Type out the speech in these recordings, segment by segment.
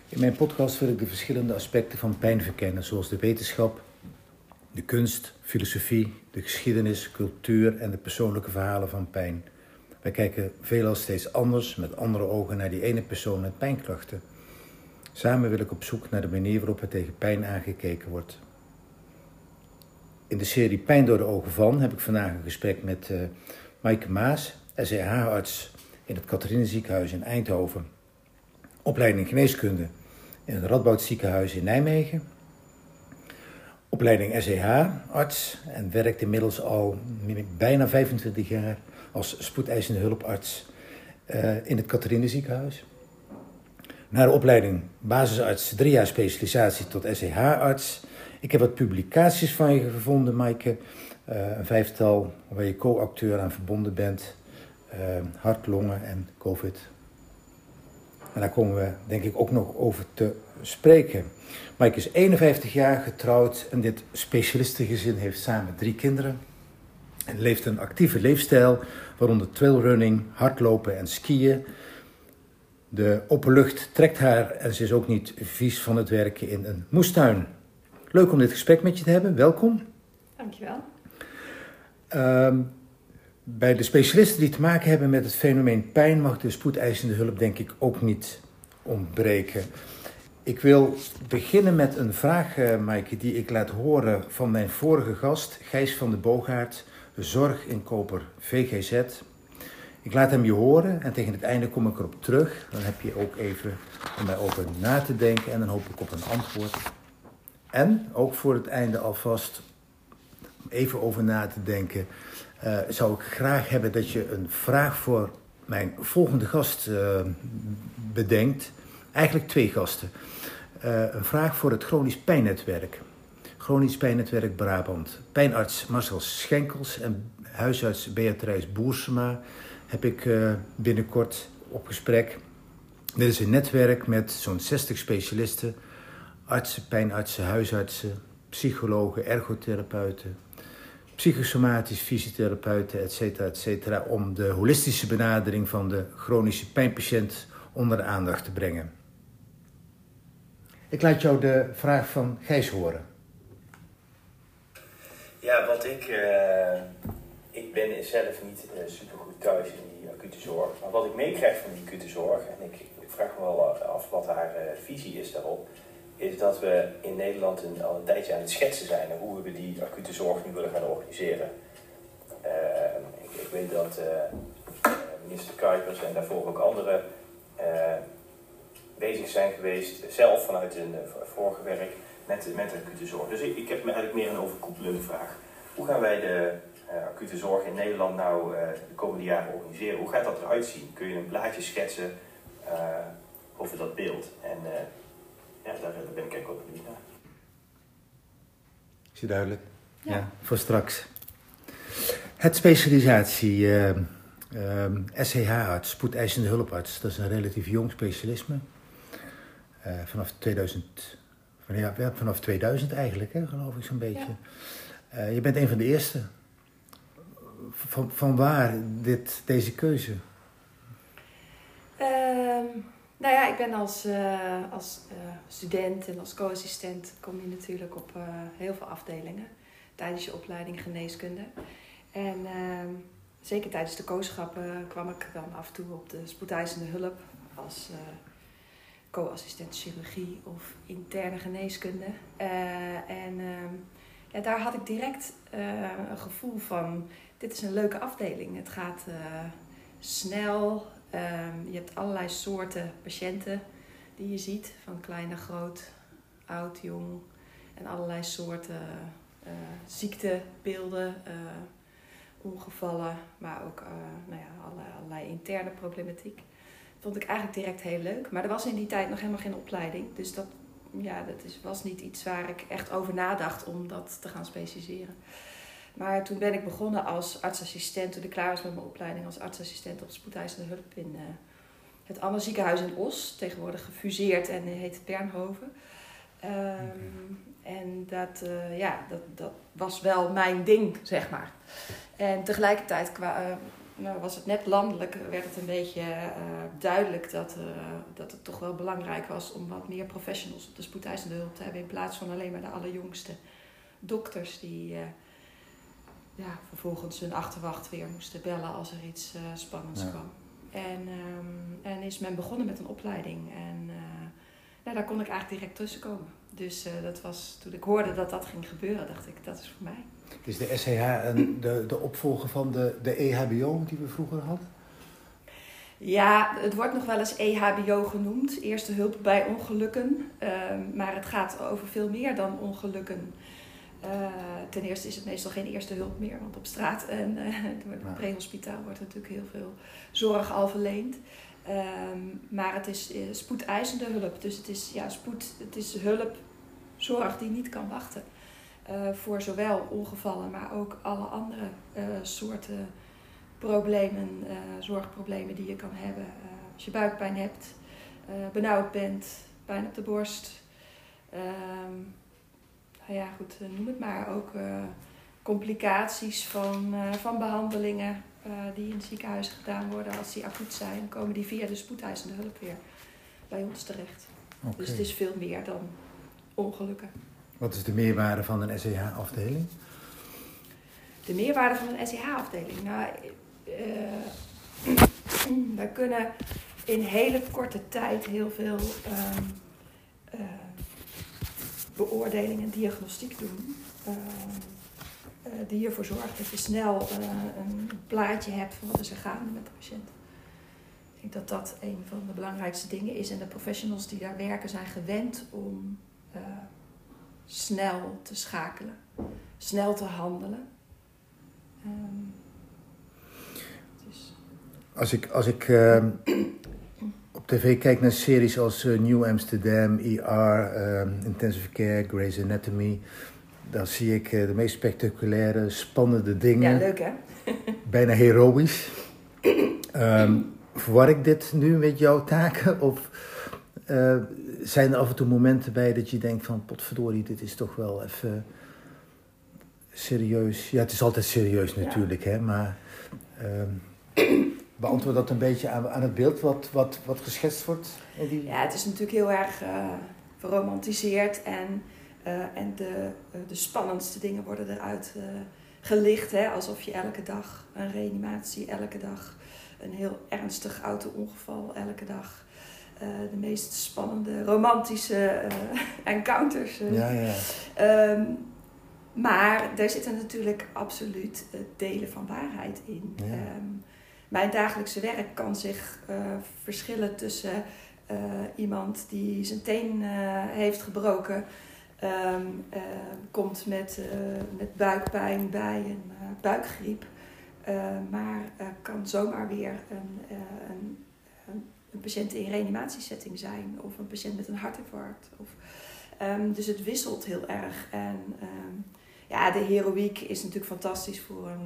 In mijn podcast wil ik de verschillende aspecten van pijn verkennen, zoals de wetenschap, de kunst, filosofie, de geschiedenis, cultuur en de persoonlijke verhalen van pijn. Wij kijken veelal steeds anders, met andere ogen naar die ene persoon met pijnklachten. Samen wil ik op zoek naar de manier waarop er tegen pijn aangekeken wordt. In de serie Pijn door de ogen van heb ik vandaag een gesprek met Maaike Maas, SCH-arts in het Katharienziekenhuis in Eindhoven. Opleiding geneeskunde in het Radboud Ziekenhuis in Nijmegen. Opleiding SCH-arts en werkt inmiddels al bijna 25 jaar als spoedeisende hulparts in het Katharienziekenhuis. Na de opleiding basisarts 3 jaar specialisatie tot SCH-arts. Ik heb wat publicaties van je gevonden, Maaike. Een 5-tal waar je co-acteur aan verbonden bent. Hart, longen en COVID. En daar komen we denk ik ook nog over te spreken. Maaike is 51 jaar getrouwd en dit specialistengezin heeft samen 3 kinderen. En leeft een actieve leefstijl, waaronder trailrunning, hardlopen en skiën. De openlucht trekt haar en ze is ook niet vies van het werken in een moestuin. Leuk om dit gesprek met je te hebben, welkom. Dankjewel. Bij de specialisten die te maken hebben met het fenomeen pijn mag de spoedeisende hulp denk ik ook niet ontbreken. Ik wil beginnen met een vraag, Maaike, die ik laat horen van mijn vorige gast, Gijs van de Boogaard, zorginkoper VGZ. Ik laat hem je horen en tegen het einde kom ik erop terug. Dan heb je ook even om daarover na te denken en dan hoop ik op een antwoord. En ook voor het einde alvast even over na te denken, zou ik graag hebben dat je een vraag voor mijn volgende gast bedenkt. Eigenlijk 2 gasten. Een vraag voor het Chronisch Pijnnetwerk. Chronisch Pijnnetwerk Brabant. Pijnarts Marcel Schenkels en huisarts Beatrice Boersema heb ik binnenkort op gesprek. Dit is een netwerk met zo'n 60 specialisten. Artsen, pijnartsen, huisartsen, psychologen, ergotherapeuten, psychosomatisch fysiotherapeuten, et cetera, om de holistische benadering van de chronische pijnpatiënt onder de aandacht te brengen. Ik laat jou de vraag van Gijs horen. Ja, ik ben zelf niet supergoed thuis in die acute zorg, maar wat ik meekrijg van die acute zorg, en ik vraag me wel af wat haar visie is daarop, is dat we in Nederland al een tijdje aan het schetsen zijn hoe we die acute zorg nu willen gaan organiseren. Ik weet dat minister Kuipers en daarvoor ook anderen bezig zijn geweest, zelf vanuit hun vorige werk, met de acute zorg. Dus ik heb eigenlijk meer een overkoepelende vraag. Hoe gaan wij de acute zorg in Nederland nou de komende jaren organiseren? Hoe gaat dat eruit zien? Kun je een plaatje schetsen over dat beeld? En ja, daar ben ik eigenlijk ook benieuwd naar. Is je duidelijk? Ja, voor straks. Het specialisatie SCH-arts, spoedeisende hulparts, dat is een relatief jong specialisme. Vanaf 2000 eigenlijk, hè, geloof ik zo'n beetje. Ja. Je bent een van de eerste. Van waar deze keuze? Nou ja, ik ben als student en als co-assistent kom je natuurlijk op heel veel afdelingen tijdens je opleiding geneeskunde. En zeker tijdens de kooschappen kwam ik dan af en toe op de spoedeisende hulp als co-assistent chirurgie of interne geneeskunde. Daar had ik direct een gevoel van, dit is een leuke afdeling. Het gaat snel. Je hebt allerlei soorten patiënten die je ziet, van klein naar groot, oud, jong. En allerlei soorten ziektebeelden, ongevallen, maar ook allerlei interne problematiek. Dat vond ik eigenlijk direct heel leuk. Maar er was in die tijd nog helemaal geen opleiding. Dus was niet iets waar ik echt over nadacht om dat te gaan specialiseren. Maar toen ben ik begonnen als artsassistent, toen ik klaar was met mijn opleiding als artsassistent op spoedeisende hulp in het Anne ziekenhuis in Os, tegenwoordig gefuseerd en heet Bernhoven. En dat was wel mijn ding, zeg maar. En tegelijkertijd nou was het net landelijk, werd het een beetje duidelijk dat het toch wel belangrijk was om wat meer professionals op de spoedeisende hulp te hebben in plaats van alleen maar de allerjongste dokters die vervolgens hun achterwacht weer moesten bellen als er iets spannends kwam. En is men begonnen met een opleiding en daar kon ik eigenlijk direct tussenkomen. Dus dat was, toen ik hoorde dat dat ging gebeuren, dacht ik, dat is voor mij. Is de SCH de opvolger van de EHBO die we vroeger hadden? Ja, het wordt nog wel eens EHBO genoemd, eerste hulp bij ongelukken. Maar het gaat over veel meer dan ongelukken. Ten eerste is het meestal geen eerste hulp meer, want op straat en het prehospitaal wordt natuurlijk heel veel zorg al verleend. Maar het is spoedeisende hulp, dus het is hulp, zorg die niet kan wachten. Voor zowel ongevallen, maar ook alle andere soorten problemen, zorgproblemen die je kan hebben. Als je buikpijn hebt, benauwd bent, pijn op de borst. Noem het maar. Ook complicaties van behandelingen die in ziekenhuizen gedaan worden. Als die acuut zijn, komen die via de spoedeisende hulp weer bij ons terecht. Okay. Dus het is veel meer dan ongelukken. Wat is de meerwaarde van een SCH-afdeling? De meerwaarde van een SCH-afdeling? Nou, wij kunnen in hele korte tijd heel veel beoordeling en diagnostiek doen. Die ervoor zorgt dat je snel een plaatje hebt van wat is er gaande met de patiënt. Ik denk dat dat een van de belangrijkste dingen is. En de professionals die daar werken zijn gewend om snel te schakelen, snel te handelen. Als ik op tv kijk naar series als New Amsterdam, ER, Intensive Care, Grey's Anatomy, dan zie ik de meest spectaculaire, spannende dingen. Ja, leuk hè? Bijna heroïsch. Verwar ik dit nu met jouw taken? Of zijn er af en toe momenten bij dat je denkt van, potverdorie, dit is toch wel even serieus. Ja, het is altijd serieus natuurlijk, hè, maar beantwoord dat een beetje aan het beeld wat geschetst wordt? Ja, het is natuurlijk heel erg verromantiseerd en de spannendste dingen worden eruit gelicht, hè, alsof je elke dag een reanimatie, elke dag een heel ernstig auto-ongeval, elke dag de meest spannende, romantische encounters. Maar daar zit er natuurlijk absoluut het delen van waarheid in. Ja. Mijn dagelijkse werk kan zich verschillen tussen iemand die zijn teen heeft gebroken, komt met buikpijn bij een buikgriep, maar kan zomaar weer een patiënt in reanimatiesetting zijn of een patiënt met een hartinfarct. Dus het wisselt heel erg. En de heroïek is natuurlijk fantastisch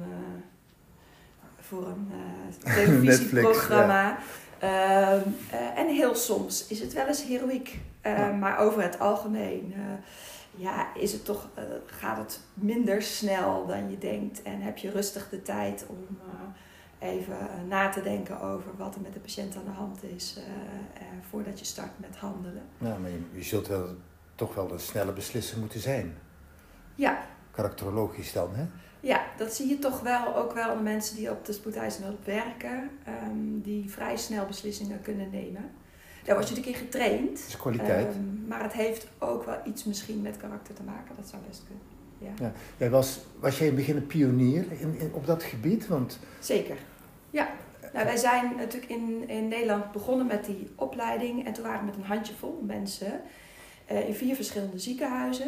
voor een televisieprogramma. En heel soms is het wel eens heroïek. Maar over het algemeen is het toch, gaat het minder snel dan je denkt. En heb je rustig de tijd om even na te denken over wat er met de patiënt aan de hand is. Voordat je start met handelen. Ja, maar je zult toch wel een snelle beslisser moeten zijn. Ja. Karakterologisch dan, hè? Ja, dat zie je toch wel, ook wel de mensen die op de spoedeisende hulp werken, die vrij snel beslissingen kunnen nemen. Daar word je natuurlijk in getraind. Dat is kwaliteit. Maar het heeft ook wel iets misschien met karakter te maken, dat zou best kunnen. Ja. Ja. Was jij in het begin een pionier op dat gebied? Want... Zeker, ja. Nou, wij zijn natuurlijk in Nederland begonnen met die opleiding en toen waren we met een handjevol mensen in 4 verschillende ziekenhuizen.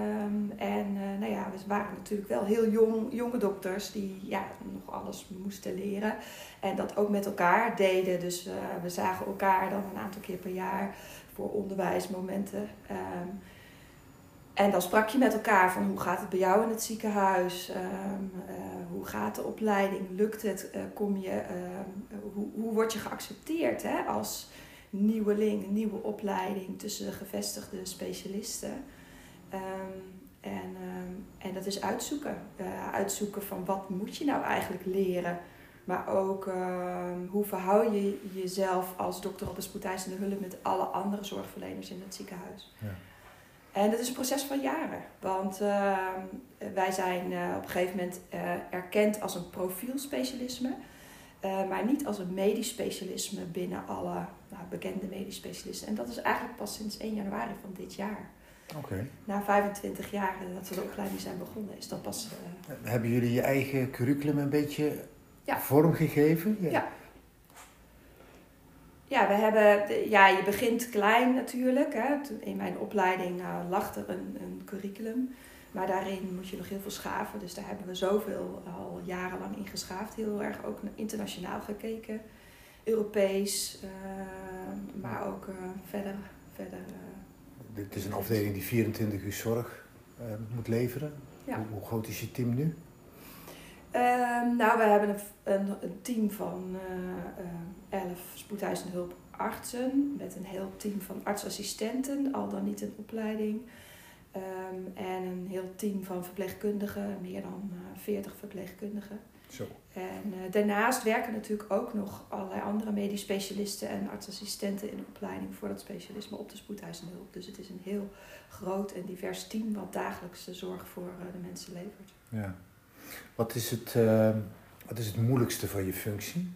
We waren natuurlijk wel heel jonge dokters die nog alles moesten leren. En dat ook met elkaar deden. Dus we zagen elkaar dan een aantal keer per jaar voor onderwijsmomenten. En dan sprak je met elkaar van hoe gaat het bij jou in het ziekenhuis? Hoe gaat de opleiding? Lukt het? Hoe word je geaccepteerd als nieuweling, een nieuwe opleiding tussen de gevestigde specialisten? En dat is uitzoeken. Uitzoeken van wat moet je nou eigenlijk leren Maar ook hoe verhoud je jezelf als dokter op een spoedeisende hulp met alle andere zorgverleners in het ziekenhuis. Ja. En dat is een proces van jaren. Want wij zijn op een gegeven moment erkend als een profielspecialisme. Maar niet als een medisch specialisme binnen alle bekende medisch specialisten. En dat is eigenlijk pas sinds 1 januari van dit jaar. Oké. Na 25 jaar dat we de opleiding zijn begonnen, is dat pas... Hebben jullie je eigen curriculum een beetje Ja. vormgegeven? Ja. Ja, we hebben... je begint klein natuurlijk. Hè. In mijn opleiding lag er een curriculum. Maar daarin moet je nog heel veel schaven. Dus daar hebben we zoveel al jarenlang in geschaafd. Heel erg ook internationaal gekeken. Europees. Maar ook verder. Dit is een afdeling die 24 uur zorg moet leveren. Ja. Hoe groot is je team nu? We hebben een team van 11 spoedeisende hulpartsen. Met een heel team van artsassistenten, al dan niet in opleiding. En een heel team van verpleegkundigen, meer dan 40 verpleegkundigen. Zo. En daarnaast werken natuurlijk ook nog allerlei andere medisch specialisten en artsassistenten in opleiding voor dat specialisme op de spoedeisende hulp. Dus het is een heel groot en divers team wat dagelijks de zorg voor de mensen levert. Ja. Wat is het moeilijkste van je functie?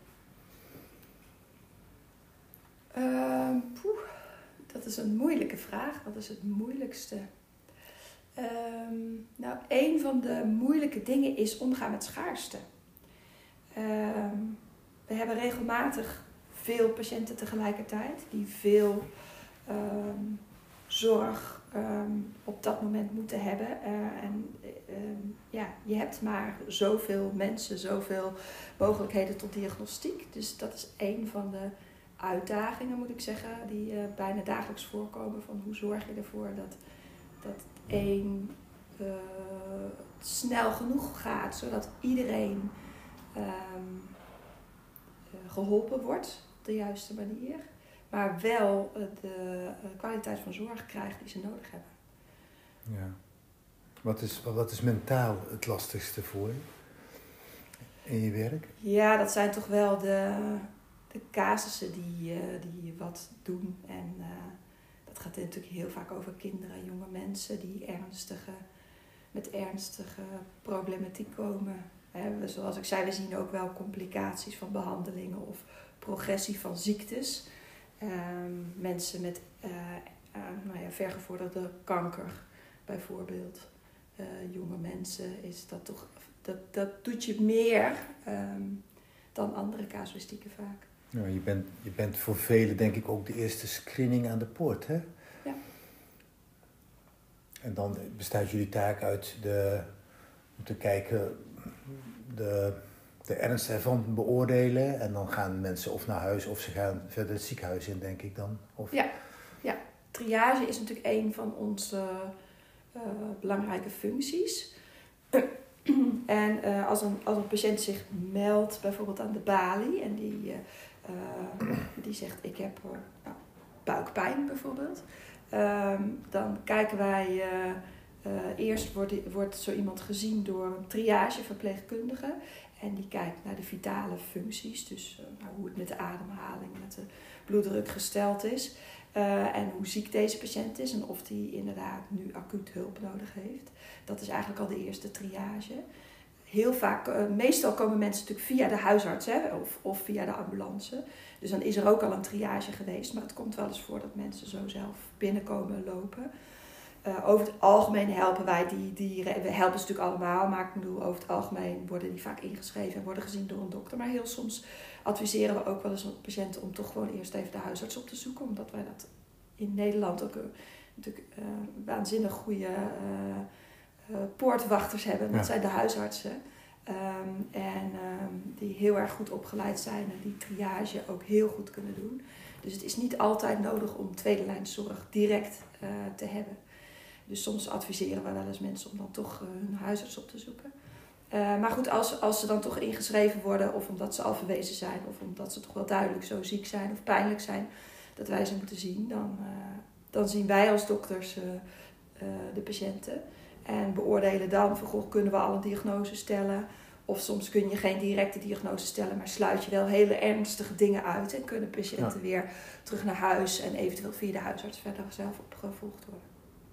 Dat is een moeilijke vraag. Wat is het moeilijkste? Een van de moeilijke dingen is omgaan met schaarste. We hebben regelmatig veel patiënten tegelijkertijd die veel zorg op dat moment moeten hebben. Je hebt maar zoveel mensen, zoveel mogelijkheden tot diagnostiek. Dus dat is een van de uitdagingen, moet ik zeggen, die bijna dagelijks voorkomen. Van hoe zorg je ervoor dat snel genoeg gaat, zodat iedereen geholpen wordt op de juiste manier. Maar wel de kwaliteit van zorg krijgt die ze nodig hebben. Ja. Wat is mentaal het lastigste voor je in je werk? Ja, dat zijn toch wel de casussen die wat doen. En dat gaat natuurlijk heel vaak over kinderen, jonge mensen die met ernstige problematiek komen. Zoals ik zei, we zien ook wel complicaties van behandelingen of progressie van ziektes. Mensen met vergevorderde kanker bijvoorbeeld. Jonge mensen is dat toch... Dat doet je meer dan andere casuïstieken vaak. Ja, je bent voor velen denk ik ook de eerste screening aan de poort, hè? Ja. En dan bestaat jullie taak uit om te kijken, de ernst ervan beoordelen. En dan gaan mensen of naar huis of ze gaan verder het ziekenhuis in, denk ik dan. Of... Ja. Triage is natuurlijk een van onze belangrijke functies. En als een patiënt zich meldt bijvoorbeeld aan de balie en die zegt ik heb buikpijn bijvoorbeeld. Dan kijken wij, eerst wordt zo iemand gezien door een triageverpleegkundige. En die kijkt naar de vitale functies, dus hoe het met de ademhaling, met de bloeddruk gesteld is. En hoe ziek deze patiënt is en of die inderdaad nu acuut hulp nodig heeft. Dat is eigenlijk al de eerste triage. Heel vaak, meestal komen mensen natuurlijk via de huisarts of via de ambulance. Dus dan is er ook al een triage geweest. Maar het komt wel eens voor dat mensen zo zelf binnenkomen lopen. Over het algemeen helpen wij we helpen ze natuurlijk allemaal. Maar ik bedoel, over het algemeen worden die vaak ingeschreven en worden gezien door een dokter. Maar heel soms adviseren we ook wel eens patiënten om toch gewoon eerst even de huisarts op te zoeken. Omdat wij dat in Nederland ook natuurlijk waanzinnig goede poortwachters hebben. Dat zijn de huisartsen. Die heel erg goed opgeleid zijn en die triage ook heel goed kunnen doen. Dus het is niet altijd nodig om tweede lijn zorg direct te hebben. Dus soms adviseren we wel eens mensen om dan toch hun huisarts op te zoeken. Maar goed, als ze dan toch ingeschreven worden, of omdat ze al verwezen zijn, of omdat ze toch wel duidelijk zo ziek zijn of pijnlijk zijn, dat wij ze moeten zien, dan zien wij als dokters de patiënten. En beoordelen dan van, kunnen we al een diagnose stellen? Of soms kun je geen directe diagnose stellen, maar sluit je wel hele ernstige dingen uit. En kunnen patiënten weer terug naar huis en eventueel via de huisarts verder zelf opgevolgd worden.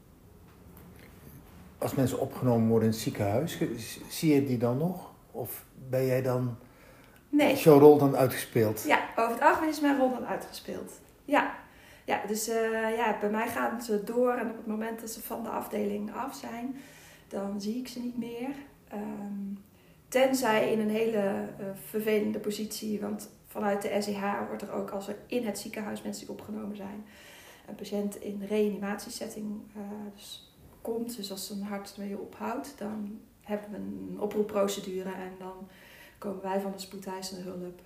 Als mensen opgenomen worden in het ziekenhuis, zie je die dan nog? Of ben jij dan... Nee. Is jouw rol dan uitgespeeld? Ja, over het algemeen is mijn rol dan uitgespeeld. Ja, dus bij mij gaan ze door en op het moment dat ze van de afdeling af zijn, dan zie ik ze niet meer. Tenzij in een hele vervelende positie, want vanuit de SEH wordt er ook, als er in het ziekenhuis mensen die opgenomen zijn, een patiënt in reanimatiesetting komt. Dus als een hart mee ophoudt, dan hebben we een oproepprocedure en dan komen wij van de spoedeisende hulp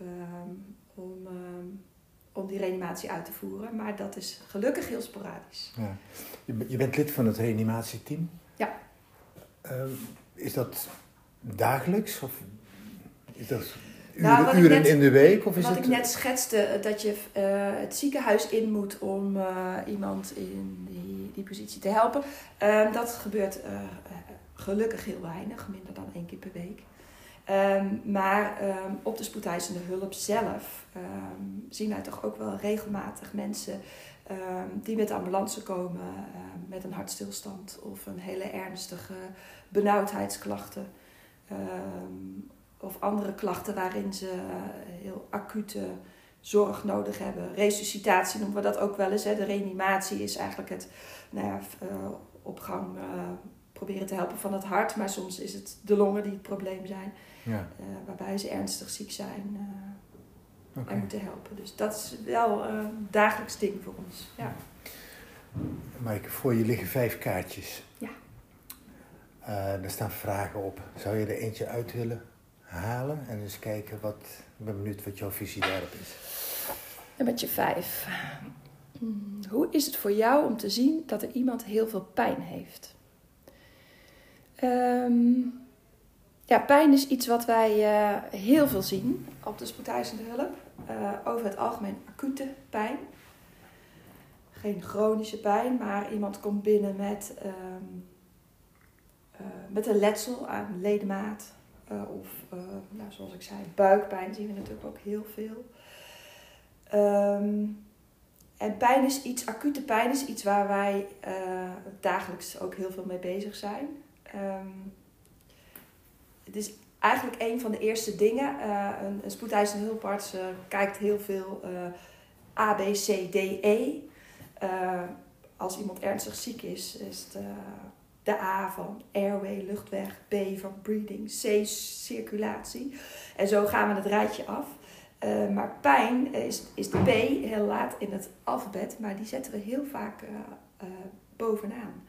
om die reanimatie uit te voeren. Maar dat is gelukkig heel sporadisch. Ja. Je bent lid van het reanimatieteam? Ja. Is dat dagelijks? Of is dat uren in de week? Of is ik net schetste, dat je het ziekenhuis in moet om iemand in die positie te helpen. Dat gebeurt gelukkig heel weinig, minder dan 1 keer per week. Maar op de spoedeisende hulp zelf zien wij toch ook wel regelmatig mensen die met de ambulance komen met een hartstilstand of een hele ernstige benauwdheidsklachten. Of andere klachten waarin ze heel acute zorg nodig hebben. Resuscitatie noemen we dat ook wel eens. Hè. De reanimatie is eigenlijk het op gang proberen te helpen van het hart. Maar soms is het de longen die het probleem zijn. Ja. Waarbij ze ernstig ziek zijn en moeten helpen. Dus dat is wel een dagelijks ding voor ons. Ja. Maaike, voor je liggen 5 kaartjes. Ja. Daar staan vragen op. Zou je er eentje uit willen halen? En eens kijken ik ben benieuwd wat jouw visie daarop is. Nummer 5. Hoe is het voor jou om te zien dat er iemand heel veel pijn heeft? Pijn is iets wat wij heel veel zien op de spoedeisende hulp. Over het algemeen acute pijn. Geen chronische pijn, maar iemand komt binnen met een letsel aan ledemaat. Zoals ik zei, buikpijn zien we natuurlijk ook heel veel. En acute pijn is iets waar wij dagelijks ook heel veel mee bezig zijn. Het is eigenlijk een van de eerste dingen. Een spoedeisende hulparts kijkt heel veel A, B, C, D, E. Als iemand ernstig ziek is het de A van airway, luchtweg, B van breathing, C circulatie. En zo gaan we het rijtje af. Maar pijn is de P, heel laat in het alfabet, maar die zetten we heel vaak bovenaan.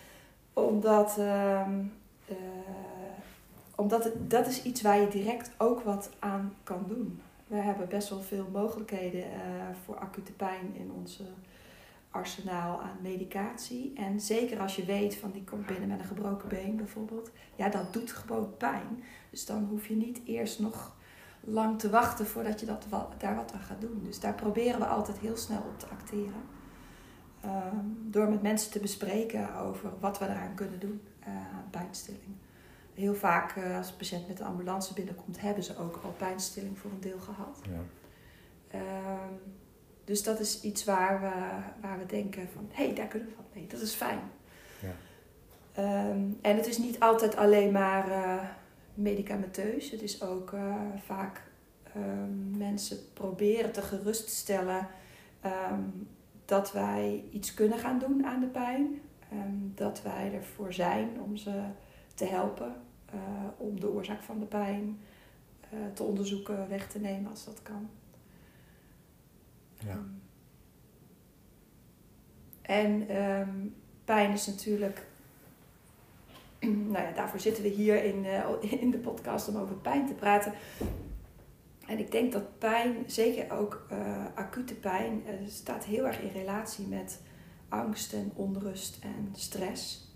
Omdat dat is iets waar je direct ook wat aan kan doen. We hebben best wel veel mogelijkheden voor acute pijn in onze arsenaal aan medicatie. En zeker als je weet van die komt binnen met een gebroken been bijvoorbeeld. Ja, dat doet gewoon pijn. Dus dan hoef je niet eerst nog lang te wachten voordat je daar wat aan gaat doen. Dus daar proberen we altijd heel snel op te acteren. Door met mensen te bespreken over wat we eraan kunnen doen aan pijnstilling. Heel vaak als een patiënt met de ambulance binnenkomt, hebben ze ook al pijnstilling voor een deel gehad. Ja. Dus dat is iets waar we denken van, daar kunnen we wat mee. Dat is fijn. Ja. En het is niet altijd alleen maar medicamenteus. Het is ook vaak mensen proberen te geruststellen dat wij iets kunnen gaan doen aan de pijn. Dat wij ervoor zijn om ze te helpen. Om de oorzaak van de pijn te onderzoeken, weg te nemen als dat kan. Ja. En pijn is natuurlijk... daarvoor zitten we hier in de podcast om over pijn te praten. En ik denk dat pijn, zeker ook acute pijn, staat heel erg in relatie met angst en onrust en stress.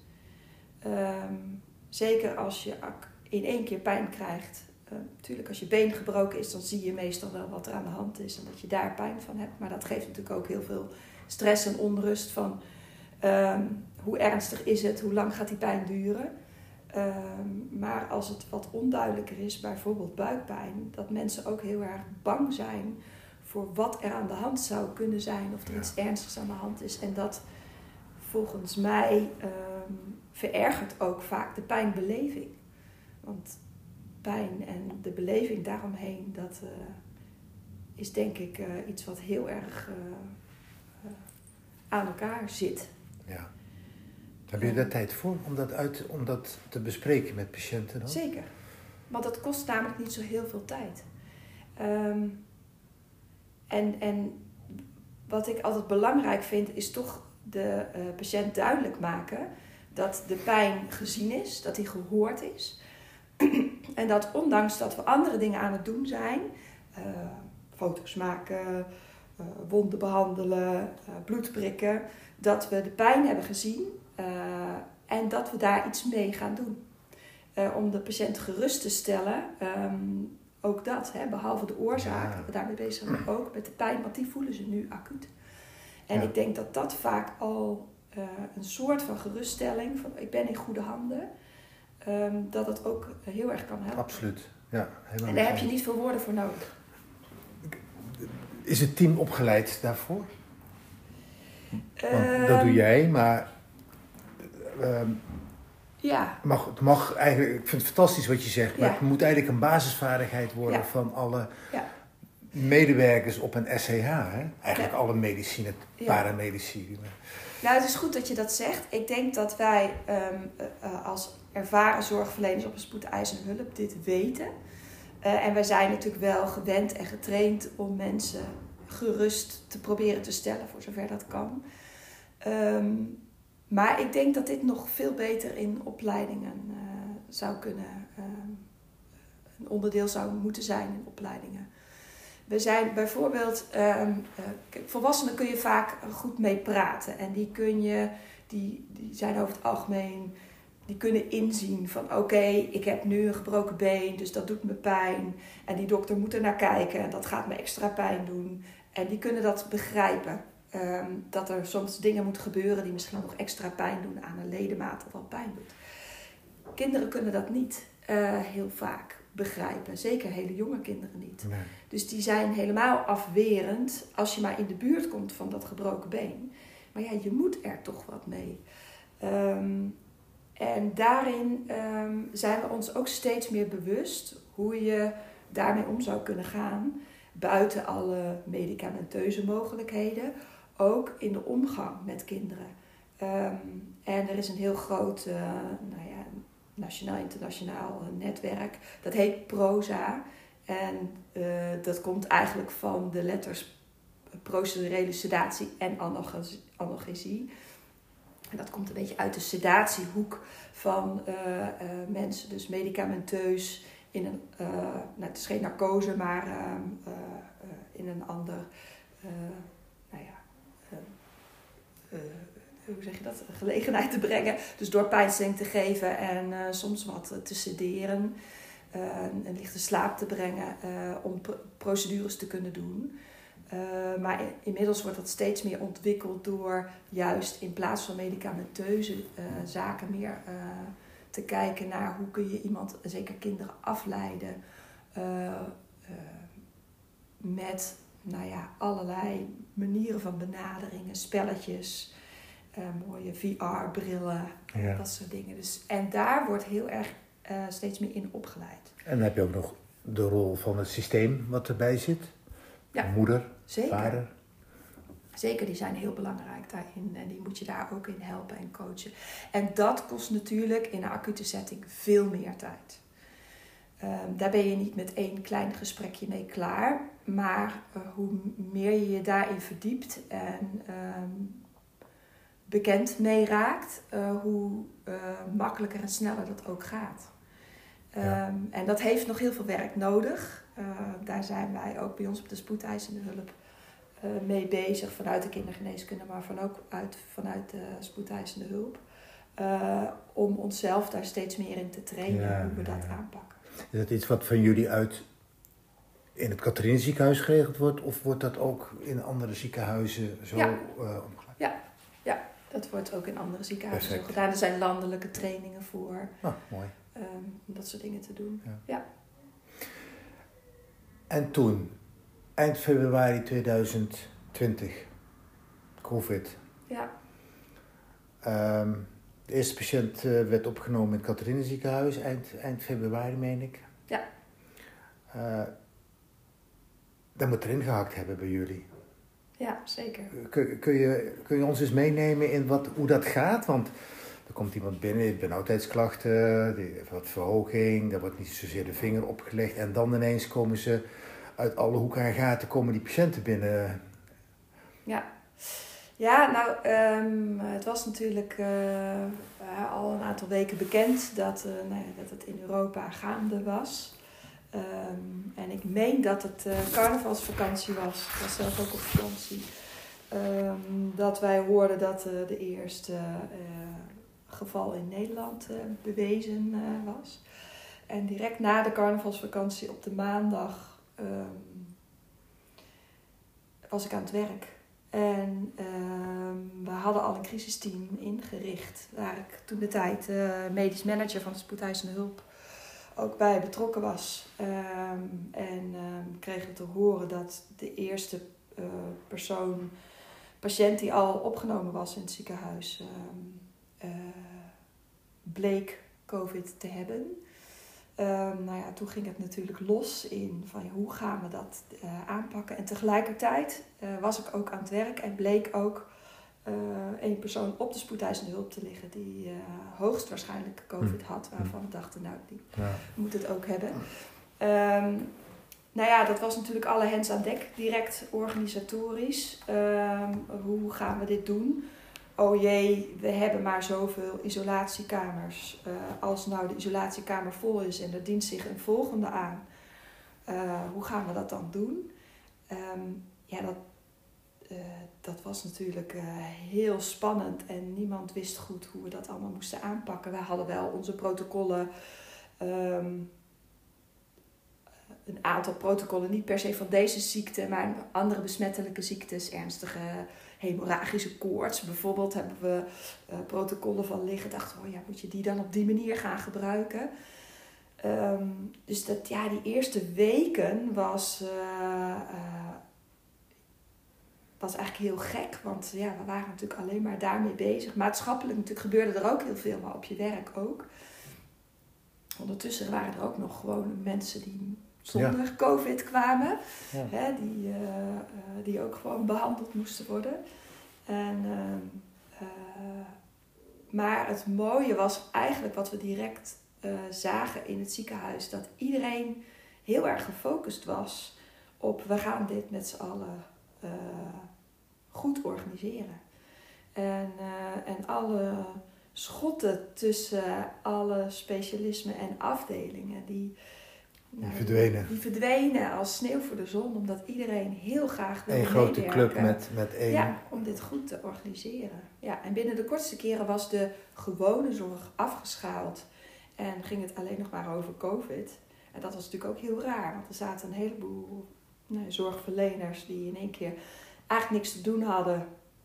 Zeker als je in 1 keer pijn krijgt. Natuurlijk als je been gebroken is, dan zie je meestal wel wat er aan de hand is en dat je daar pijn van hebt. Maar dat geeft natuurlijk ook heel veel stress en onrust van hoe ernstig is het, hoe lang gaat die pijn duren. Maar als het wat onduidelijker is, bijvoorbeeld buikpijn, dat mensen ook heel erg bang zijn voor wat er aan de hand zou kunnen zijn, of er iets ernstigs aan de hand is. En dat volgens mij verergert ook vaak de pijnbeleving. Want pijn en de beleving daaromheen, dat is denk ik iets wat heel erg aan elkaar zit. Ja. Heb je daar tijd voor om dat te bespreken met patiënten dan? Zeker. Want dat kost namelijk niet zo heel veel tijd. En wat ik altijd belangrijk vind, is toch de patiënt duidelijk maken dat de pijn gezien is, dat die gehoord is. En dat ondanks dat we andere dingen aan het doen zijn, foto's maken, wonden behandelen, bloed prikken, dat we de pijn hebben gezien en dat we daar iets mee gaan doen. Om de patiënt gerust te stellen, ook dat, behalve de oorzaak, dat we daarmee bezig zijn, maar ook met de pijn, want die voelen ze nu acuut. En ik denk dat dat vaak al een soort van geruststelling, van ik ben in goede handen, dat het ook heel erg kan helpen. Absoluut, ja. En daar heb je niet veel woorden voor nodig. Is het team opgeleid daarvoor? Want dat doe jij, maar het mag eigenlijk, ik vind het fantastisch wat je zegt, maar het moet eigenlijk een basisvaardigheid worden van alle medewerkers op een SCH. Hè? Eigenlijk alle medicine, paramedicine. Nou, het is goed dat je dat zegt. Ik denk dat wij als ervaren zorgverleners op een spoedeisende hulp dit weten. En wij zijn natuurlijk wel gewend en getraind om mensen gerust te proberen te stellen, voor zover dat kan. Maar ik denk dat dit nog veel beter in opleidingen zou kunnen, een onderdeel zou moeten zijn in opleidingen. We zijn bijvoorbeeld, volwassenen kun je vaak goed mee praten. En die zijn over het algemeen, die kunnen inzien van oké, ik heb nu een gebroken been, dus dat doet me pijn. En die dokter moet er naar kijken en dat gaat me extra pijn doen. En die kunnen dat begrijpen. Dat er soms dingen moeten gebeuren die misschien nog extra pijn doen aan een ledemaat dat al pijn doet. Kinderen kunnen dat niet heel vaak begrijpen. Zeker hele jonge kinderen niet. Nee. Dus die zijn helemaal afwerend als je maar in de buurt komt van dat gebroken been. Maar ja, je moet er toch wat mee. En daarin zijn we ons ook steeds meer bewust hoe je daarmee om zou kunnen gaan. Buiten alle medicamenteuze mogelijkheden. Ook in de omgang met kinderen. En er is een heel groot nationaal-internationaal netwerk. Dat heet PROSA. En dat komt eigenlijk van de letters procedurele sedatie en analgesie. En dat komt een beetje uit de sedatiehoek van mensen. Dus medicamenteus in een, het is geen narcose, maar in een ander, hoe zeg je dat, gelegenheid te brengen. Dus door pijnstilling te geven en soms wat te sederen. Een lichte slaap te brengen om procedures te kunnen doen. Maar inmiddels wordt dat steeds meer ontwikkeld door juist in plaats van medicamenteuze zaken meer te kijken naar hoe kun je iemand, zeker kinderen, afleiden met allerlei manieren van benaderingen, spelletjes, mooie VR-brillen, dat soort dingen. Dus, en daar wordt heel erg steeds meer in opgeleid. En dan heb je ook nog de rol van het systeem wat erbij zit. Ja, moeder, zeker. Vader. Zeker, die zijn heel belangrijk daarin. En die moet je daar ook in helpen en coachen. En dat kost natuurlijk in een acute setting veel meer tijd. Daar ben je niet met 1 klein gesprekje mee klaar. Maar hoe meer je je daarin verdiept en bekend mee raakt, hoe makkelijker en sneller dat ook gaat. En dat heeft nog heel veel werk nodig. Daar zijn wij ook bij ons op de spoedeisende hulp mee bezig. Vanuit de kindergeneeskunde, maar vanuit de spoedeisende hulp. Om onszelf daar steeds meer in te trainen, hoe we dat aanpakken. Is dat iets wat van jullie uit in het Catharina ziekenhuis geregeld wordt? Of wordt dat ook in andere ziekenhuizen zo omgezet? Ja, dat wordt ook in andere ziekenhuizen zo Perfect. gedaan. Er zijn landelijke trainingen voor. Mooi. Om dat soort dingen te doen. Ja. En toen, eind februari 2020, COVID. Ja. De eerste patiënt werd opgenomen in het Catharina ziekenhuis, eind februari meen ik. Ja. Dat moet erin gehakt hebben bij jullie. Ja, zeker. Kun je ons eens meenemen in hoe dat gaat? Want er komt iemand binnen, benauwdheidsklachten, die heeft wat verhoging, daar wordt niet zozeer de vinger opgelegd. En dan ineens komen ze uit alle hoeken en gaten, komen die patiënten binnen. Ja, nou, het was natuurlijk al een aantal weken bekend dat het in Europa gaande was. En ik meen dat het carnavalsvakantie was. Ik was zelf ook op vakantie. Dat wij hoorden dat de eerste geval in Nederland bewezen was. En direct na de carnavalsvakantie op de maandag was ik aan het werk. En we hadden al een crisisteam ingericht, waar ik toen de tijd medisch manager van de spoedeisende hulp ook bij betrokken was. En kregen te horen dat de eerste patiënt die al opgenomen was in het ziekenhuis, bleek COVID te hebben. Toen ging het natuurlijk los in van hoe gaan we dat aanpakken. En tegelijkertijd was ik ook aan het werk en bleek ook één persoon op de spoedeisende hulp te liggen die hoogstwaarschijnlijk COVID had. Waarvan we dachten, die moet het ook hebben. Dat was natuurlijk alle hens aan dek, direct organisatorisch. Hoe gaan we dit doen? Oh jee, we hebben maar zoveel isolatiekamers. Als nou de isolatiekamer vol is en er dient zich een volgende aan. Hoe gaan we dat dan doen? Dat was natuurlijk heel spannend en niemand wist goed hoe we dat allemaal moesten aanpakken. Wij hadden wel onze protocollen, een aantal protocollen, niet per se van deze ziekte, maar andere besmettelijke ziektes, ernstige hemorragische koorts. Bijvoorbeeld hebben we protocollen van liggen. Dachten we, moet je die dan op die manier gaan gebruiken? Dus die eerste weken was eigenlijk heel gek. Want we waren natuurlijk alleen maar daarmee bezig. Maatschappelijk natuurlijk gebeurde er ook heel veel, maar op je werk ook. Ondertussen waren er ook nog gewoon mensen die zonder COVID kwamen. Ja. Hè, die ook gewoon behandeld moesten worden. Maar het mooie was eigenlijk wat we direct zagen in het ziekenhuis. Dat iedereen heel erg gefocust was op we gaan dit met z'n allen goed organiseren. En alle schotten tussen alle specialismen en afdelingen die verdwenen als sneeuw voor de zon, omdat iedereen heel graag wilde meewerken. Een grote club met één. Ja, om dit goed te organiseren. Ja, en binnen de kortste keren was de gewone zorg afgeschaald en ging het alleen nog maar over COVID. En dat was natuurlijk ook heel raar, want er zaten een heleboel zorgverleners die in één keer eigenlijk niks te doen hadden.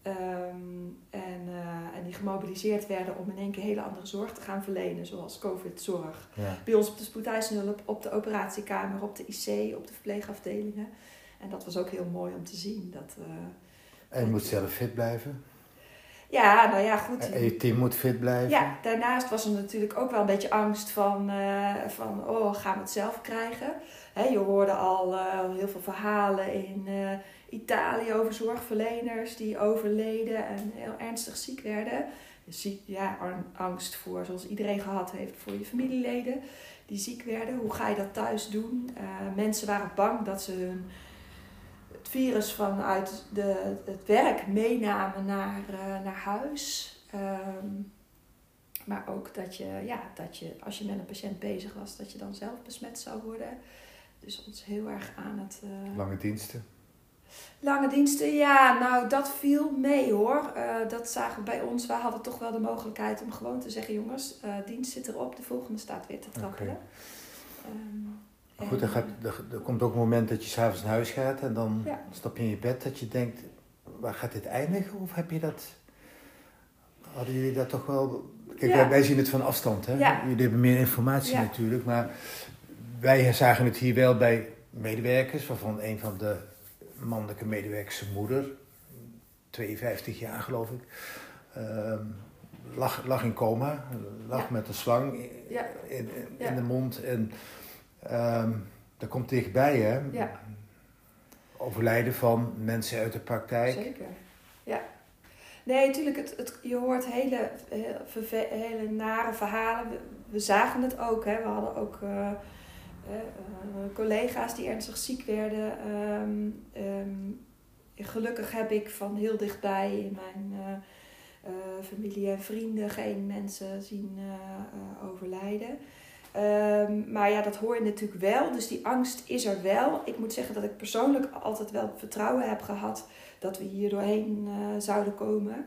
En die gemobiliseerd werden om in één keer hele andere zorg te gaan verlenen, zoals COVID-zorg. Ja. Bij ons op de spoedeisende hulp, op de operatiekamer, op de IC, op de verpleegafdelingen. En dat was ook heel mooi om te zien. En je moet zelf fit blijven? Ja, goed. En je team moet fit blijven? Ja, daarnaast was er natuurlijk ook wel een beetje angst van gaan we het zelf krijgen? Je hoorde al heel veel verhalen in Italië over zorgverleners die overleden en heel ernstig ziek werden. Angst voor, zoals iedereen gehad heeft, voor je familieleden die ziek werden. Hoe ga je dat thuis doen? Mensen waren bang dat ze het virus vanuit het werk meenamen naar huis. Maar ook dat je, als je met een patiënt bezig was, dat je dan zelf besmet zou worden. Dus ons heel erg aan het... Lange diensten? Lange diensten, dat viel mee hoor. Dat zagen we bij ons. We hadden toch wel de mogelijkheid om gewoon te zeggen, jongens, dienst zit erop, de volgende staat weer te trappelen. Okay. Goed, er komt ook een moment dat je 's avonds naar huis gaat en dan stap je in je bed dat je denkt, waar gaat dit eindigen? Of heb je dat Hadden jullie dat toch wel... Kijk, Ja. wij zien het van afstand, hè? Ja. Jullie hebben meer informatie Ja. natuurlijk, maar wij zagen het hier wel bij medewerkers, waarvan een van de mannelijke medewerkers zijn moeder, 52 jaar geloof ik, lag in coma, lag Ja. met een slang Ja. in de mond en dat komt dichtbij, hè? Ja. Overlijden van mensen uit de praktijk. Zeker, ja. Nee, natuurlijk, je hoort hele nare verhalen. We zagen het ook, hè. We hadden ook collega's die ernstig ziek werden. Gelukkig heb ik van heel dichtbij in mijn familie en vrienden geen mensen zien overlijden. Maar ja, dat hoor je natuurlijk wel. Dus die angst is er wel. Ik moet zeggen dat ik persoonlijk altijd wel vertrouwen heb gehad dat we hier doorheen zouden komen.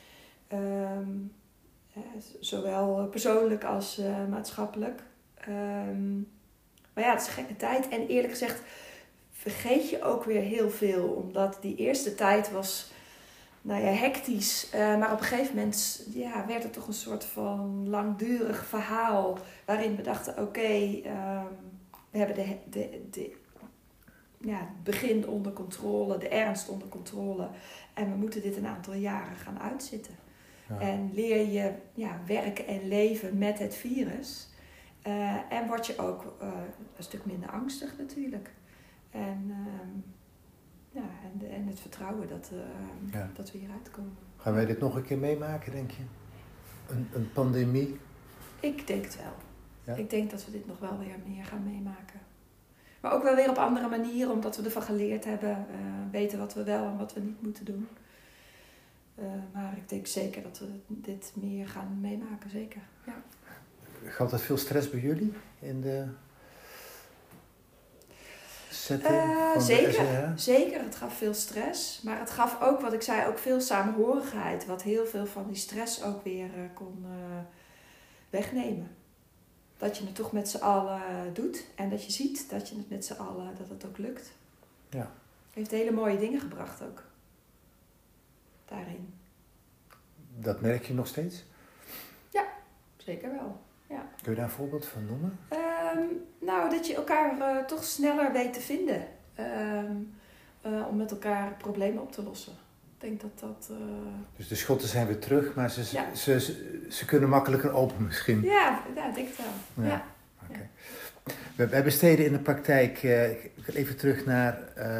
Zowel persoonlijk als maatschappelijk. Maar ja, het is een gekke tijd. En eerlijk gezegd vergeet je ook weer heel veel. Omdat die eerste tijd was hectisch. Maar op een gegeven moment werd het toch een soort van langdurig verhaal. Waarin we dachten, oké, we hebben het begin onder controle, de ernst onder controle. En we moeten dit een aantal jaren gaan uitzitten. Ja. En leer je werken en leven met het virus. En word je ook een stuk minder angstig natuurlijk. En het vertrouwen dat we hieruit komen. Gaan wij dit nog een keer meemaken, denk je? Een pandemie? Ik denk het wel. Ja? Ik denk dat we dit nog wel weer meer gaan meemaken. Maar ook wel weer op andere manieren, omdat we ervan geleerd hebben. Weten wat we wel en wat we niet moeten doen. Maar ik denk zeker dat we dit meer gaan meemaken, zeker. Ja. Gaf dat veel stress bij jullie in de setting? Zeker. Het gaf veel stress. Maar het gaf ook, wat ik zei, ook veel samenhorigheid. Wat heel veel van die stress ook weer kon wegnemen. Dat je het toch met z'n allen doet. En dat je ziet dat je het met z'n allen, dat het ook lukt. Ja. Heeft hele mooie dingen gebracht ook. Daarin. Dat merk je nog steeds? Ja, zeker wel. Ja. Kun je daar een voorbeeld van noemen? Dat je elkaar toch sneller weet te vinden. Om met elkaar problemen op te lossen. Ik denk dat... Dus de schotten zijn weer terug, maar ze kunnen makkelijker open misschien. Ja, ik denk het wel. Ja. Okay. Wij besteden in de praktijk, ik ga even terug naar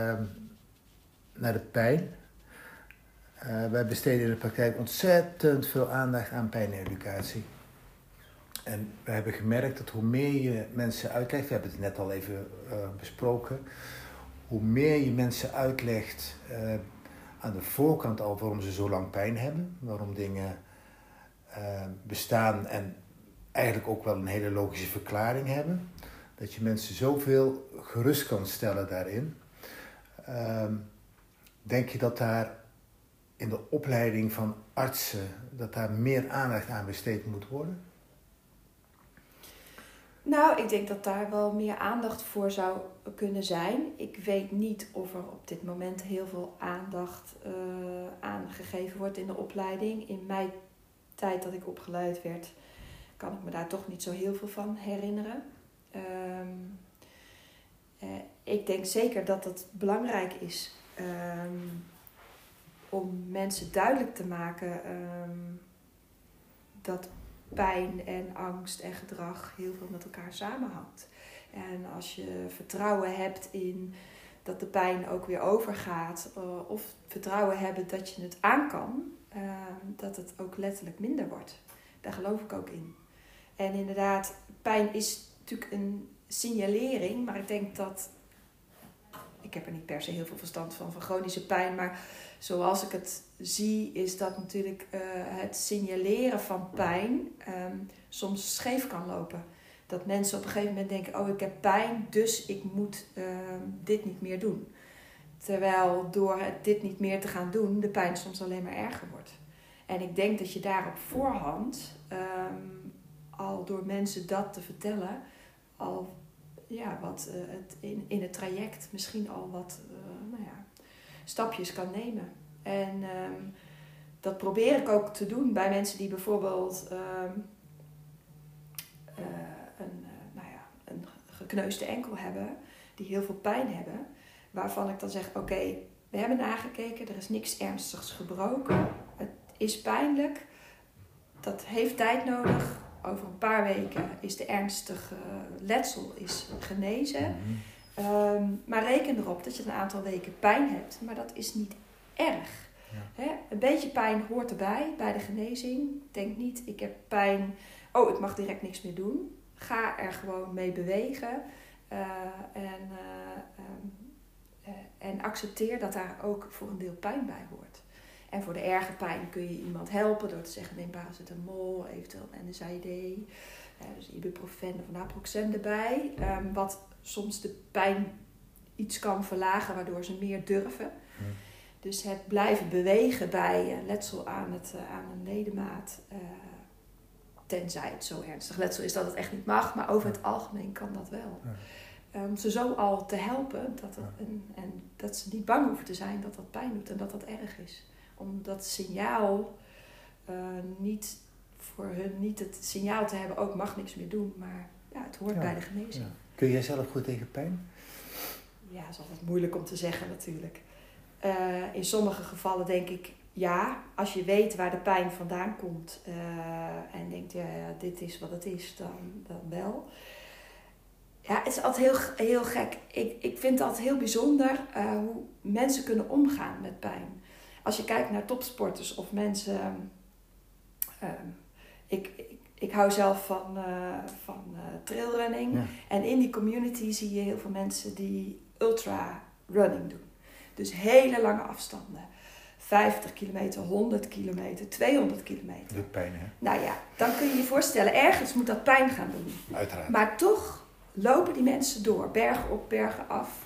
de pijn. Wij besteden in de praktijk ontzettend veel aandacht aan pijneducatie. En we hebben gemerkt dat hoe meer je mensen uitlegt, we hebben het net al even besproken, hoe meer je mensen uitlegt aan de voorkant al waarom ze zo lang pijn hebben, waarom dingen bestaan en eigenlijk ook wel een hele logische verklaring hebben, dat je mensen zoveel gerust kan stellen daarin. Denk je dat daar in de opleiding van artsen, dat daar meer aandacht aan besteed moet worden? Nou, ik denk dat daar wel meer aandacht voor zou kunnen zijn. Ik weet niet of er op dit moment heel veel aandacht aan gegeven wordt in de opleiding. In mijn tijd dat ik opgeleid werd, kan ik me daar toch niet zo heel veel van herinneren. Ik denk zeker dat het belangrijk is om mensen duidelijk te maken dat pijn en angst en gedrag heel veel met elkaar samenhangt. En als je vertrouwen hebt in dat de pijn ook weer overgaat, of vertrouwen hebben dat je het aan kan, dat het ook letterlijk minder wordt. Daar geloof ik ook in. En inderdaad, pijn is natuurlijk een signalering, maar ik denk dat... Ik heb er niet per se heel veel verstand van chronische pijn, maar zoals ik het zie is dat natuurlijk het signaleren van pijn soms scheef kan lopen. Dat mensen op een gegeven moment denken, oh ik heb pijn, dus ik moet dit niet meer doen. Terwijl door dit niet meer te gaan doen, de pijn soms alleen maar erger wordt. En ik denk dat je daar op voorhand, al door mensen dat te vertellen, al wat in het traject misschien al wat stapjes kan nemen. En dat probeer ik ook te doen bij mensen die bijvoorbeeld een gekneusde enkel hebben, die heel veel pijn hebben, waarvan ik dan zeg, oké, we hebben nagekeken, er is niks ernstigs gebroken, het is pijnlijk, dat heeft tijd nodig, over een paar weken is de ernstige letsel genezen, maar reken erop dat je een aantal weken pijn hebt, maar dat is niet erg. Ja. Een beetje pijn hoort erbij bij de genezing. Denk niet, ik heb pijn, ik mag direct niks meer doen. Ga er gewoon mee bewegen. En accepteer dat daar ook voor een deel pijn bij hoort. En voor de erge pijn kun je iemand helpen door te zeggen, neem paracetamol, eventueel NSAID, dus ibuprofen of naproxen erbij. Wat soms de pijn iets kan verlagen, waardoor ze meer durven. Dus het blijven bewegen bij letsel aan een ledemaat, tenzij het zo ernstig letsel is dat het echt niet mag, maar over het algemeen kan dat wel. Ze zo al te helpen en dat ze niet bang hoeven te zijn dat dat pijn doet en dat dat erg is. Om dat signaal niet voor hun niet het signaal te hebben, ook mag niks meer doen, maar ja, het hoort bij de genezing. Ja. Kun jij zelf goed tegen pijn? Ja, dat is altijd moeilijk om te zeggen natuurlijk. In sommige gevallen denk ik, ja, als je weet waar de pijn vandaan komt en denkt, ja, dit is wat het is, dan wel. Ja, het is altijd heel gek. Ik vind het altijd heel bijzonder hoe mensen kunnen omgaan met pijn. Als je kijkt naar topsporters of mensen... Ik hou zelf van trailrunning. Ja. En in die community zie je heel veel mensen die ultra running doen. Dus hele lange afstanden. 50 kilometer, 100 kilometer, 200 kilometer. Doet pijn, hè? Nou ja, dan kun je je voorstellen, ergens moet dat pijn gaan doen. Uiteraard. Maar toch lopen die mensen door, bergen op, bergen af.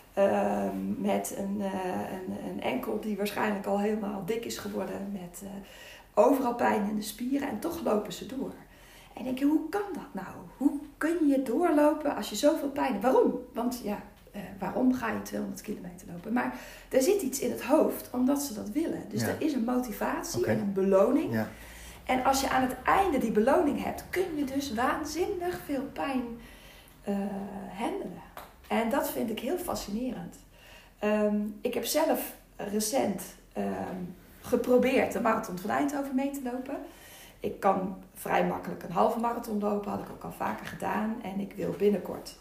Met een enkel die waarschijnlijk al helemaal dik is geworden. Met overal pijn in de spieren. En toch lopen ze door. En denk je, hoe kan dat nou? Hoe kun je doorlopen als je zoveel pijn hebt? Waarom? Want ja, waarom ga je 200 kilometer lopen? Maar er zit iets in het hoofd, omdat ze dat willen. Dus er is een motivatie en een beloning. Ja. En als je aan het einde die beloning hebt, kun je dus waanzinnig veel pijn handelen. En dat vind ik heel fascinerend. Ik heb zelf recent geprobeerd de marathon van Eindhoven mee te lopen. Ik kan vrij makkelijk een halve marathon lopen, had ik ook al vaker gedaan. En ik wil binnenkort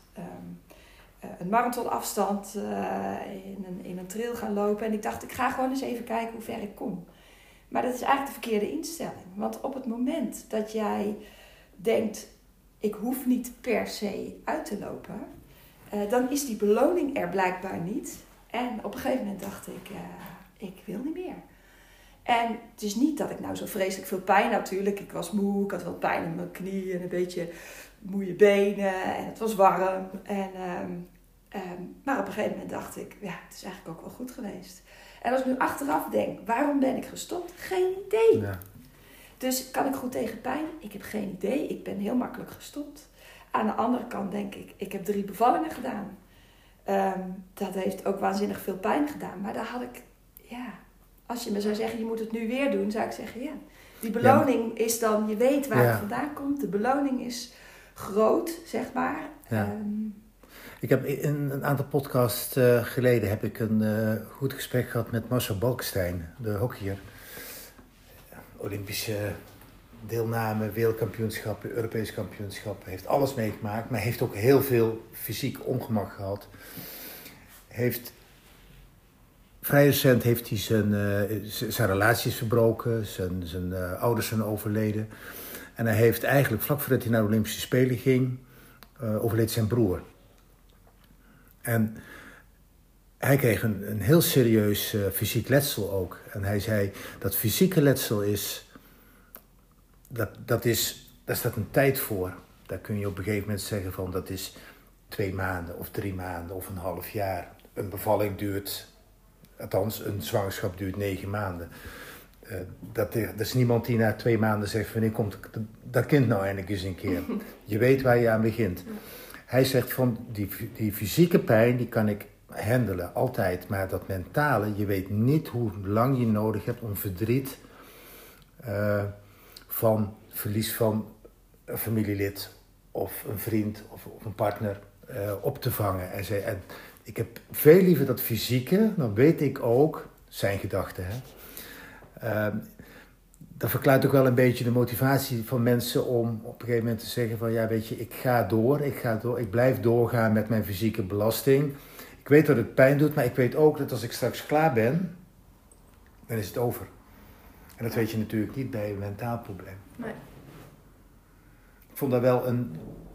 een marathonafstand in een trail gaan lopen. En ik dacht, ik ga gewoon eens even kijken hoe ver ik kom. Maar dat is eigenlijk de verkeerde instelling. Want op het moment dat jij denkt, ik hoef niet per se uit te lopen, dan is die beloning er blijkbaar niet. En op een gegeven moment dacht ik, ik wil niet meer. En het is niet dat ik nou zo vreselijk veel pijn natuurlijk. Ik was moe, ik had wel pijn in mijn knieën en een beetje moeie benen. En het was warm. Maar op een gegeven moment dacht ik, ja, het is eigenlijk ook wel goed geweest. En als ik nu achteraf denk, waarom ben ik gestopt? Geen idee. Ja. Dus kan ik goed tegen pijn? Ik heb geen idee. Ik ben heel makkelijk gestopt. Aan de andere kant denk ik heb 3 bevallingen gedaan. Dat heeft ook waanzinnig veel pijn gedaan. Maar daar had ik, als je me zou zeggen, je moet het nu weer doen, zou ik zeggen, ja. Die beloning is dan, je weet waar het vandaan komt. De beloning is groot, zeg maar. Ja. Ik heb een aantal podcasts geleden heb ik een goed gesprek gehad met Marcel Balkenstein, de hockeyer. Olympische deelname, wereldkampioenschappen, Europese kampioenschappen. Heeft alles meegemaakt, maar heeft ook heel veel fysiek ongemak gehad. Vrij recent heeft hij zijn relaties verbroken, zijn ouders zijn overleden. En hij heeft eigenlijk, vlak voordat hij naar de Olympische Spelen ging, overleed zijn broer. En hij kreeg een heel serieus fysiek letsel ook. En hij zei, dat fysieke letsel daar staat een tijd voor. Daar kun je op een gegeven moment zeggen van, dat is 2 maanden of 3 maanden of een half jaar. Een bevalling duurt, althans een zwangerschap duurt 9 maanden. Er is niemand die na 2 maanden zegt, wanneer komt dat kind nou eindelijk eens een keer. Je weet waar je aan begint. Hij zegt van, die fysieke pijn, die kan ik handelen, altijd. Maar dat mentale, je weet niet hoe lang je nodig hebt om verdriet van verlies van een familielid of een vriend of een partner op te vangen. En ik heb veel liever dat fysieke, dan weet ik ook, zijn gedachten. Dat verklaart ook wel een beetje de motivatie van mensen om op een gegeven moment te zeggen van ja, weet je, ik ga door, ik blijf doorgaan met mijn fysieke belasting. Ik weet dat het pijn doet, maar ik weet ook dat als ik straks klaar ben, dan is het over. En dat weet je natuurlijk niet bij een mentaal probleem. Nee. Ik vond dat wel een...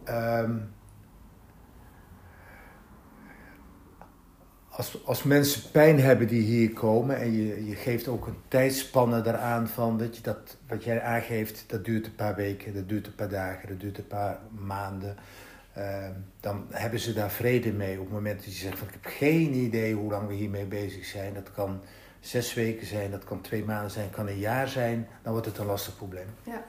Als mensen pijn hebben die hier komen en je geeft ook een tijdspanne daaraan van, weet je, dat wat jij aangeeft, dat duurt een paar weken, dat duurt een paar dagen, dat duurt een paar maanden. Dan hebben ze daar vrede mee op het moment dat je zegt van ik heb geen idee hoe lang we hiermee bezig zijn. Dat kan 6 weken zijn, dat kan 2 maanden zijn, kan een jaar zijn. Dan wordt het een lastig probleem. Ja.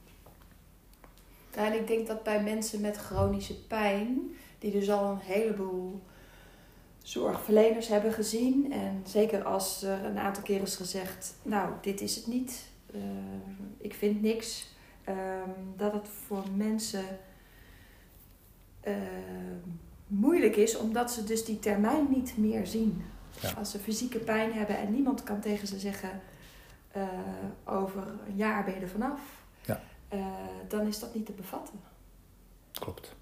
En ik denk dat bij mensen met chronische pijn, die dus al een heleboel zorgverleners hebben gezien. En zeker als er een aantal keer is gezegd, nou, dit is het niet. Ik vind niks. Dat het voor mensen moeilijk is, omdat ze dus die termijn niet meer zien. Ja. Als ze fysieke pijn hebben en niemand kan tegen ze zeggen, over een jaar ben je er vanaf. Ja. Dan is dat niet te bevatten. Klopt.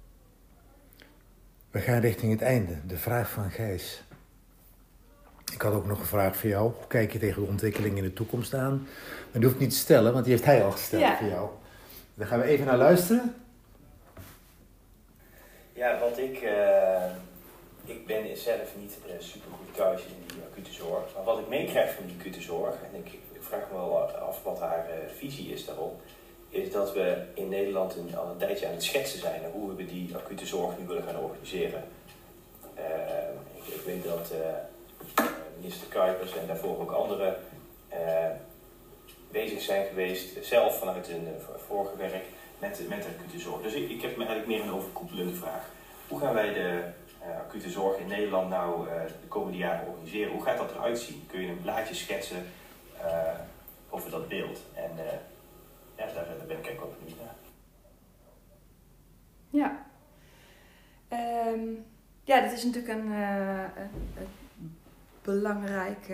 We gaan richting het einde. De vraag van Gijs. Ik had ook nog een vraag voor jou. Hoe kijk je tegen de ontwikkeling in de toekomst aan? Maar die hoeft niet te stellen, want die heeft hij al gesteld voor jou. Daar gaan we even naar luisteren. Ja, want ik ben zelf niet super goed thuis in die acute zorg. Maar wat ik meekrijg van die acute zorg, en ik vraag me wel af wat haar visie is daarop, is dat we in Nederland al een tijdje aan het schetsen zijn en hoe we die acute zorg nu willen gaan organiseren. Ik weet dat minister Kuipers en daarvoor ook anderen bezig zijn geweest, zelf vanuit hun vorige werk, met de acute zorg. Dus ik heb me eigenlijk meer een overkoepelende vraag. Hoe gaan wij de acute zorg in Nederland nou de komende jaren organiseren? Hoe gaat dat eruit zien? Kun je een blaadje schetsen over dat beeld? En daar ben ik eigenlijk ook benieuwd naar. Ja. Ja, dat is natuurlijk een belangrijk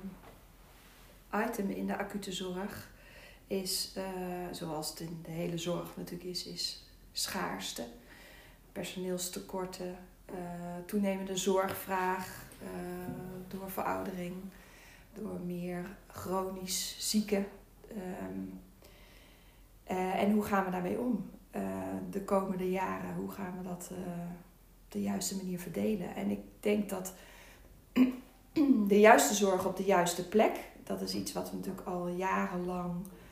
item in de acute zorg. Is, zoals het in de hele zorg natuurlijk is schaarste. Personeelstekorten, toenemende zorgvraag door veroudering, door meer chronisch zieken. En hoe gaan we daarmee om de komende jaren? Hoe gaan we dat op de juiste manier verdelen? En ik denk dat de juiste zorg op de juiste plek, dat is iets wat we natuurlijk al jarenlang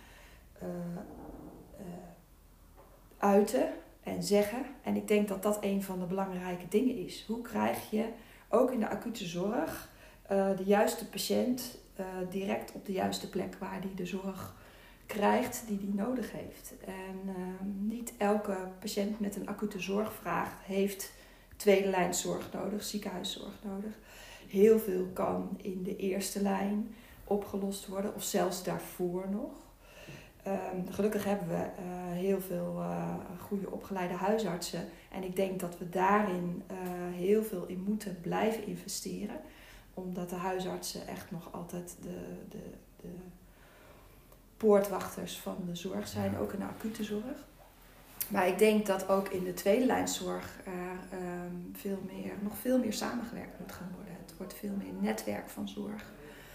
uiten en zeggen. En ik denk dat dat een van de belangrijke dingen is. Hoe krijg je ook in de acute zorg de juiste patiënt direct op de juiste plek waar die de zorg krijgt die nodig heeft. En niet elke patiënt met een acute zorgvraag heeft tweede lijn zorg nodig, ziekenhuiszorg nodig. Heel veel kan in de eerste lijn opgelost worden of zelfs daarvoor nog. Gelukkig hebben we heel veel goede opgeleide huisartsen. En ik denk dat we daarin heel veel in moeten blijven investeren. Omdat de huisartsen echt nog altijd de poortwachters van de zorg zijn, ook in de acute zorg. Maar ik denk dat ook in de tweede lijnszorg nog veel meer samengewerkt moet gaan worden. Het wordt veel meer netwerk van zorg.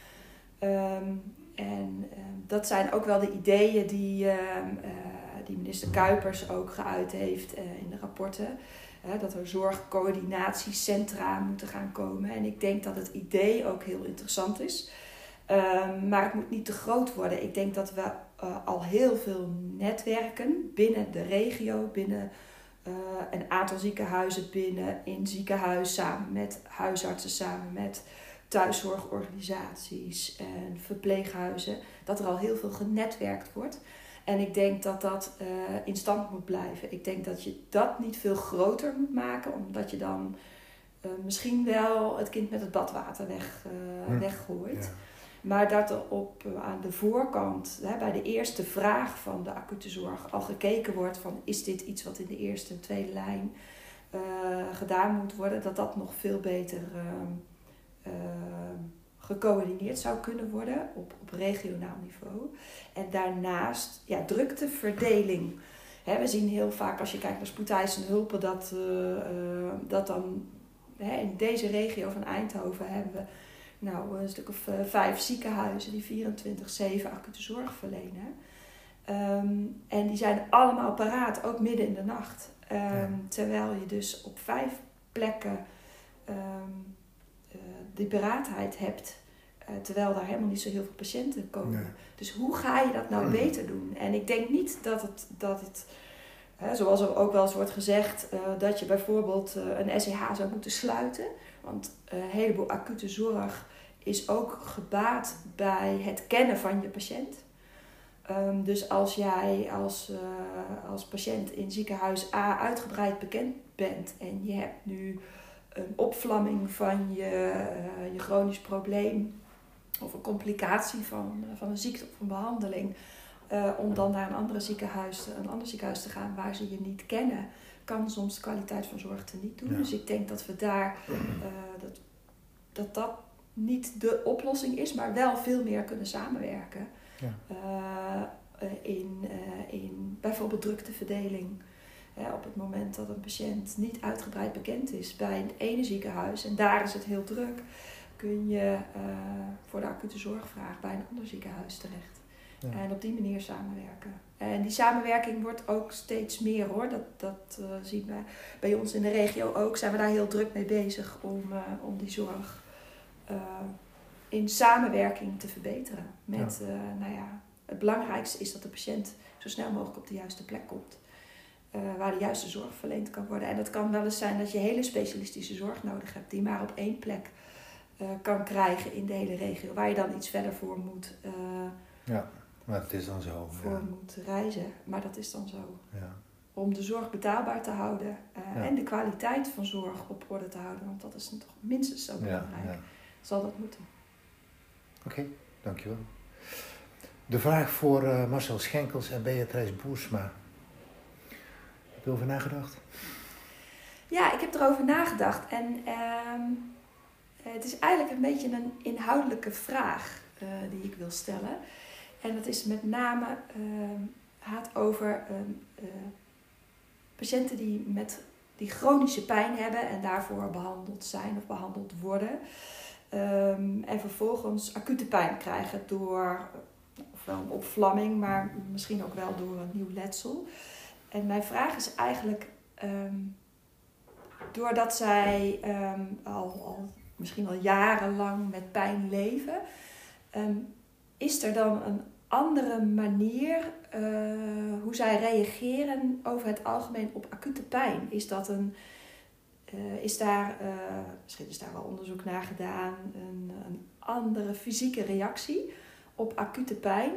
Dat zijn ook wel de ideeën die minister Kuipers ook geuit heeft in de rapporten. Dat er zorgcoördinatiecentra moeten gaan komen. En ik denk dat het idee ook heel interessant is. Maar het moet niet te groot worden. Ik denk dat we al heel veel netwerken binnen de regio, binnen een aantal ziekenhuizen, binnen in ziekenhuis, samen met huisartsen, samen met thuiszorgorganisaties en verpleeghuizen, dat er al heel veel genetwerkt wordt. En ik denk dat dat in stand moet blijven. Ik denk dat je dat niet veel groter moet maken, omdat je dan misschien wel het kind met het badwater weggooit. Ja. Maar dat er aan de voorkant, bij de eerste vraag van de acute zorg, al gekeken wordt van is dit iets wat in de eerste en tweede lijn gedaan moet worden, dat nog veel beter gecoördineerd zou kunnen worden op regionaal niveau. En daarnaast drukteverdeling. We zien heel vaak als je kijkt naar spoedeisende hulpen dat dan in deze regio van Eindhoven hebben we een stuk of 5 ziekenhuizen die 24/7 acute zorg verlenen. En die zijn allemaal paraat, ook midden in de nacht. Terwijl je dus op 5 plekken die paraatheid hebt, terwijl daar helemaal niet zo heel veel patiënten komen. Nee. Dus hoe ga je dat nou beter doen? En ik denk niet dat het zoals er ook wel eens wordt gezegd, dat je bijvoorbeeld een SEH zou moeten sluiten. Want een heleboel acute zorg is ook gebaat bij het kennen van je patiënt. Dus als jij als patiënt in ziekenhuis A uitgebreid bekend bent en je hebt nu een opvlamming van je chronisch probleem of een complicatie van een ziekte of een behandeling, om dan naar een ander ziekenhuis te gaan waar ze je niet kennen, kan soms de kwaliteit van zorg teniet doen. Ja. Dus ik denk dat we daar dat niet de oplossing is, maar wel veel meer kunnen samenwerken. Ja. In bijvoorbeeld drukteverdeling. Op het moment dat een patiënt niet uitgebreid bekend is bij het ene ziekenhuis en daar is het heel druk, kun je voor de acute zorgvraag bij een ander ziekenhuis terecht. Ja. En op die manier samenwerken. En die samenwerking wordt ook steeds meer hoor. Dat zien we bij ons in de regio ook. Zijn we daar heel druk mee bezig om die zorg in samenwerking te verbeteren. Met, het belangrijkste is dat de patiënt zo snel mogelijk op de juiste plek komt. Waar de juiste zorg verleend kan worden. En dat kan wel eens zijn dat je hele specialistische zorg nodig hebt. Die maar op 1 plek kan krijgen in de hele regio. Waar je dan iets verder voor moet... maar het is dan zo. Moet reizen. Maar dat is dan zo. Ja. Om de zorg betaalbaar te houden. En de kwaliteit van zorg op orde te houden. Want dat is toch minstens zo belangrijk. Ja. Zal dat moeten. Oké, dankjewel. De vraag voor Marcel Schenkels en Beatrice Boersma. Heb je erover nagedacht? Ja, ik heb erover nagedacht. En het is eigenlijk een beetje een inhoudelijke vraag die ik wil stellen. En dat is met name gaat over patiënten die chronische pijn hebben en daarvoor behandeld zijn of behandeld worden. En vervolgens acute pijn krijgen door ofwel een opvlamming, maar misschien ook wel door een nieuw letsel. En mijn vraag is eigenlijk, doordat zij misschien al jarenlang met pijn leven, is er dan een andere manier hoe zij reageren over het algemeen op acute pijn? Misschien is daar wel onderzoek naar gedaan, een andere fysieke reactie op acute pijn.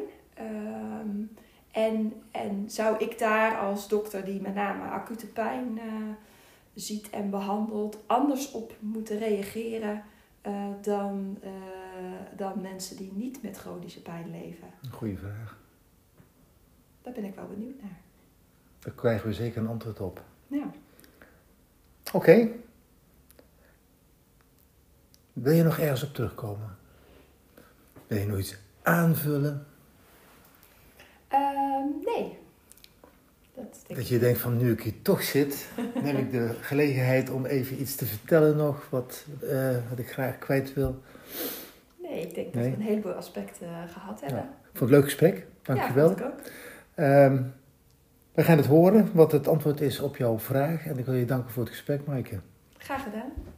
En zou ik daar als dokter die met name acute pijn ziet en behandelt, anders op moeten reageren dan mensen die niet met chronische pijn leven? Een goede vraag. Daar ben ik wel benieuwd naar. Daar krijgen we zeker een antwoord op. Ja. Oké. Wil je nog ergens op terugkomen? Wil je nog iets aanvullen? Nee. Dat je denkt van nu ik hier toch zit, neem ik de gelegenheid om even iets te vertellen nog, wat ik graag kwijt wil. Nee, ik denk dat we een heleboel aspecten gehad hebben. Ja. Ik vond het een leuk gesprek, dankjewel. Ja, vond ik ook. We gaan het horen wat het antwoord is op jouw vraag en ik wil je danken voor het gesprek, Maaike. Graag gedaan.